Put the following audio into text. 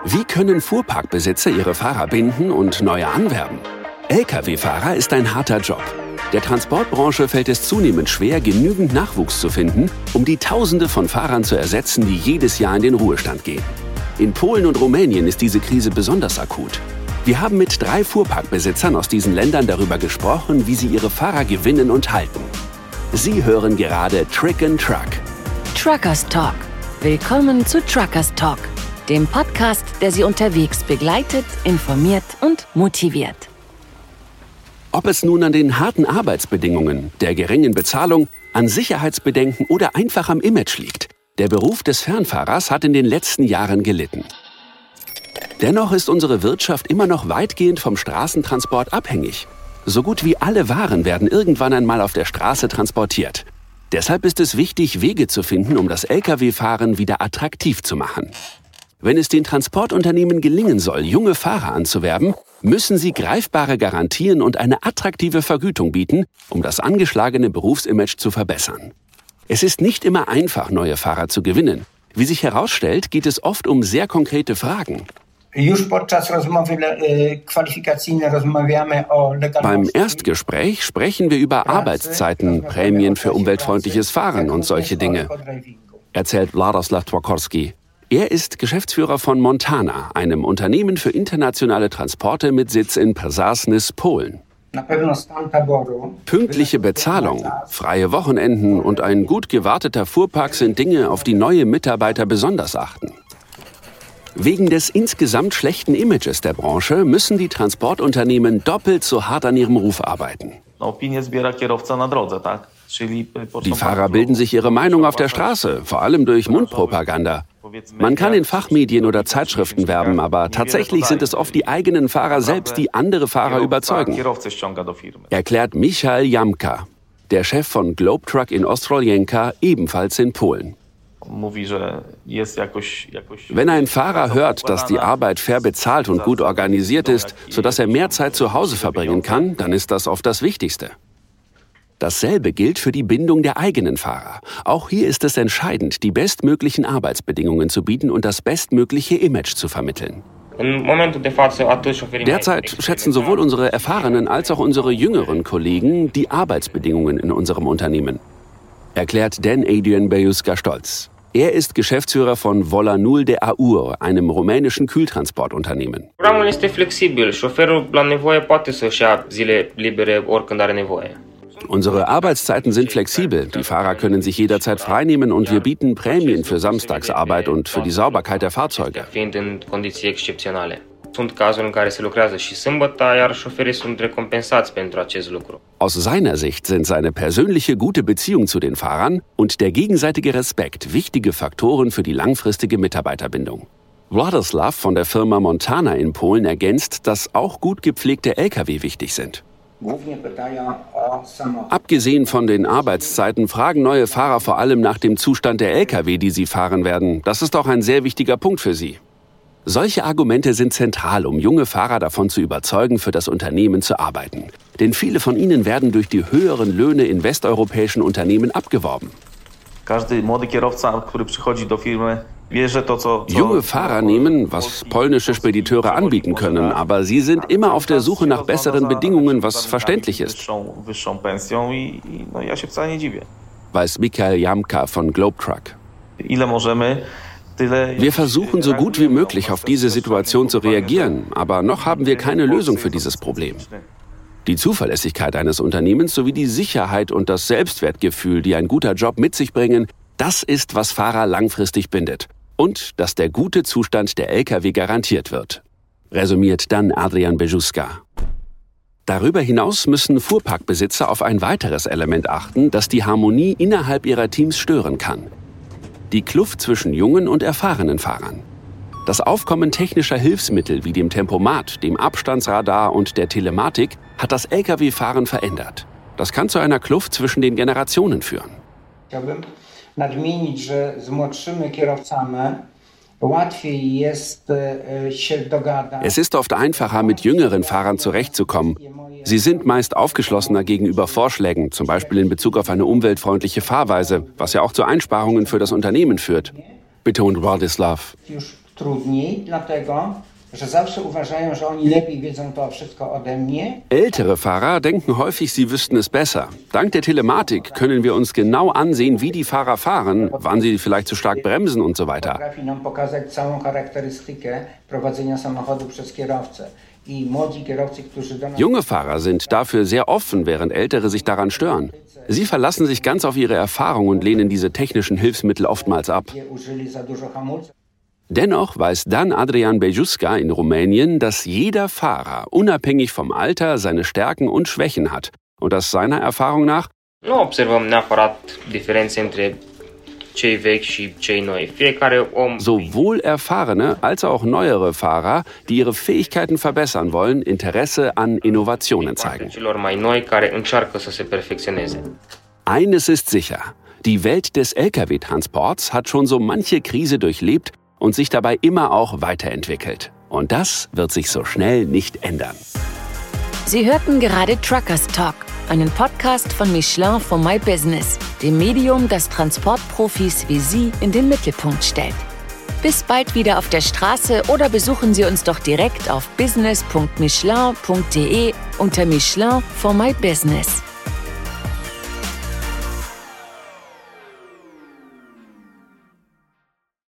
Wie können Fuhrparkbesitzer ihre Fahrer binden und neue anwerben? Lkw-Fahrer ist ein harter Job. Der Transportbranche fällt es zunehmend schwer, genügend Nachwuchs zu finden, um die Tausende von Fahrern zu ersetzen, die jedes Jahr in den Ruhestand gehen. In Polen und Rumänien ist diese Krise besonders akut. Wir haben mit 3 Fuhrparkbesitzern aus diesen Ländern darüber gesprochen, wie sie ihre Fahrer gewinnen und halten. Sie hören gerade Trick and Truck. Truckers Talk. Willkommen zu Truckers Talk, dem Podcast, der Sie unterwegs begleitet, informiert und motiviert. Ob es nun an den harten Arbeitsbedingungen, der geringen Bezahlung, an Sicherheitsbedenken oder einfach am Image liegt, der Beruf des Fernfahrers hat in den letzten Jahren gelitten. Dennoch ist unsere Wirtschaft immer noch weitgehend vom Straßentransport abhängig. So gut wie alle Waren werden irgendwann einmal auf der Straße transportiert. Deshalb ist es wichtig, Wege zu finden, um das Lkw-Fahren wieder attraktiv zu machen. Wenn es den Transportunternehmen gelingen soll, junge Fahrer anzuwerben, müssen sie greifbare Garantien und eine attraktive Vergütung bieten, um das angeschlagene Berufsimage zu verbessern. Es ist nicht immer einfach, neue Fahrer zu gewinnen. Wie sich herausstellt, geht es oft um sehr konkrete Fragen. Beim Erstgespräch sprechen wir über Arbeitszeiten, Prämien für umweltfreundliches Fahren und solche Dinge, erzählt Władysław Twarkowski. Er ist Geschäftsführer von Montana, einem Unternehmen für internationale Transporte mit Sitz in Przasnysz, Polen. Pünktliche Bezahlung, freie Wochenenden und ein gut gewarteter Fuhrpark sind Dinge, auf die neue Mitarbeiter besonders achten. Wegen des insgesamt schlechten Images der Branche müssen die Transportunternehmen doppelt so hart an ihrem Ruf arbeiten. Die Fahrer bilden sich ihre Meinung auf der Straße, vor allem durch Mundpropaganda. Man kann in Fachmedien oder Zeitschriften werben, aber tatsächlich sind es oft die eigenen Fahrer selbst, die andere Fahrer überzeugen, erklärt Michał Jamka, der Chef von Globetruck in Ostrołęka, ebenfalls in Polen. Wenn ein Fahrer hört, dass die Arbeit fair bezahlt und gut organisiert ist, sodass er mehr Zeit zu Hause verbringen kann, dann ist das oft das Wichtigste. Dasselbe gilt für die Bindung der eigenen Fahrer. Auch hier ist es entscheidend, die bestmöglichen Arbeitsbedingungen zu bieten und das bestmögliche Image zu vermitteln. Derzeit schätzen sowohl unsere erfahrenen als auch unsere jüngeren Kollegen die Arbeitsbedingungen in unserem Unternehmen, erklärt Dan Adrian Bejuska stolz. Er ist Geschäftsführer von Volanul de Aur, einem rumänischen Kühltransportunternehmen. Programul este flexibil. Șoferul la nevoie poate să-și ia zile libere oricând are nevoie. Unsere Arbeitszeiten sind flexibel. Die Fahrer können sich jederzeit freinehmen und wir bieten Prämien für Samstagsarbeit und für die Sauberkeit der Fahrzeuge. Aus seiner Sicht sind seine persönliche gute Beziehung zu den Fahrern und der gegenseitige Respekt wichtige Faktoren für die langfristige Mitarbeiterbindung. Władysław von der Firma Montana in Polen ergänzt, dass auch gut gepflegte Lkw wichtig sind. Abgesehen von den Arbeitszeiten fragen neue Fahrer vor allem nach dem Zustand der Lkw, die sie fahren werden. Das ist auch ein sehr wichtiger Punkt für sie. Solche Argumente sind zentral, um junge Fahrer davon zu überzeugen, für das Unternehmen zu arbeiten. Denn viele von ihnen werden durch die höheren Löhne in westeuropäischen Unternehmen abgeworben. Junge Fahrer nehmen, was polnische Spediteure anbieten können, aber sie sind immer auf der Suche nach besseren Bedingungen, was verständlich ist, weiß Michał Jamka von Globetruck. Wir versuchen so gut wie möglich auf diese Situation zu reagieren, aber noch haben wir keine Lösung für dieses Problem. Die Zuverlässigkeit eines Unternehmens sowie die Sicherheit und das Selbstwertgefühl, die ein guter Job mit sich bringen, das ist, was Fahrer langfristig bindet. Und dass der gute Zustand der Lkw garantiert wird, resümiert dann Adrian Bejuska. Darüber hinaus müssen Fuhrparkbesitzer auf ein weiteres Element achten, das die Harmonie innerhalb ihrer Teams stören kann. Die Kluft zwischen jungen und erfahrenen Fahrern. Das Aufkommen technischer Hilfsmittel wie dem Tempomat, dem Abstandsradar und der Telematik hat das Lkw-Fahren verändert. Das kann zu einer Kluft zwischen den Generationen führen. Es ist oft einfacher, mit jüngeren Fahrern zurechtzukommen. Sie sind meist aufgeschlossener gegenüber Vorschlägen, zum Beispiel in Bezug auf eine umweltfreundliche Fahrweise, was ja auch zu Einsparungen für das Unternehmen führt, betont Władysław. trudniej, dlatego że zawsze uważają, że oni lepiej wiedzą to wszystko ode mnie. Ältere Fahrer denken häufig, sie wüssten es besser. Dank der Telematik können wir uns genau ansehen, wie die Fahrer fahren, wann sie vielleicht zu stark bremsen und so weiter. Potrafi nam pokazać całą charakterystykę prowadzenia samochodu przez kierowcę. I młodzi kierowcy, którzy do nas... Junge Fahrer sind dafür sehr offen, während Ältere sich daran stören. Sie verlassen sich ganz auf ihre Erfahrung und lehnen diese technischen Hilfsmittel oftmals ab. użyli za dużo hamulców. Dennoch weiß Dan Adrian Bejuska in Rumänien, dass jeder Fahrer unabhängig vom Alter seine Stärken und Schwächen hat und dass seiner Erfahrung nach Nu observăm neapărat diferențe între cei vechi și cei noi. Fiecare om... sowohl erfahrene als auch neuere Fahrer, die ihre Fähigkeiten verbessern wollen, Interesse an Innovationen zeigen. Celor mai noi care încearcă să se perfecționeze. Eines ist sicher: Die Welt des Lkw-Transports hat schon so manche Krise durchlebt und sich dabei immer auch weiterentwickelt. Und das wird sich so schnell nicht ändern. Sie hörten gerade Truckers Talk, einen Podcast von Michelin for My Business, dem Medium, das Transportprofis wie Sie in den Mittelpunkt stellt. Bis bald wieder auf der Straße oder besuchen Sie uns doch direkt auf business.michelin.de unter Michelin for My Business.